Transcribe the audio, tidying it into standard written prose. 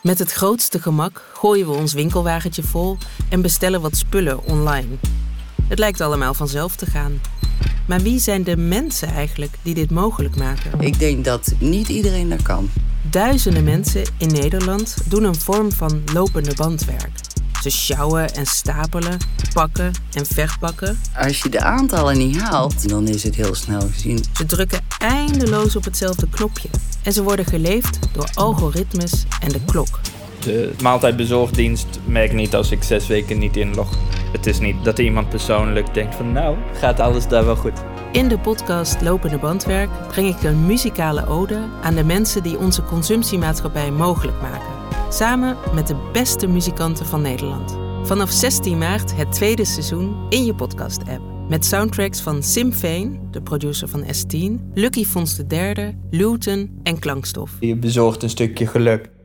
Met het grootste gemak gooien we ons winkelwagentje vol en bestellen wat spullen online. Het lijkt allemaal vanzelf te gaan. Maar wie zijn de mensen eigenlijk die dit mogelijk maken? Ik denk dat niet iedereen dat kan. Duizenden mensen in Nederland doen een vorm van lopende bandwerk. Ze sjouwen en stapelen, pakken en verpakken. Als je de aantallen niet haalt, dan is het heel snel gezien. Ze drukken eindeloos op hetzelfde knopje. En ze worden geleefd door algoritmes en de klok. De maaltijdbezorgdienst merkt niet als ik 6 weken niet inlog. Het is niet dat iemand persoonlijk denkt van nou, gaat alles daar wel goed. In de podcast Lopende Bandwerk breng ik een muzikale ode aan de mensen die onze consumptiemaatschappij mogelijk maken. Samen met de beste muzikanten van Nederland. Vanaf 16 maart het tweede seizoen in je podcast-app. Met soundtracks van Sim Veen, de producer van S10, Lucky Fons III, Luton en Klankstof. Je bezorgt een stukje geluk.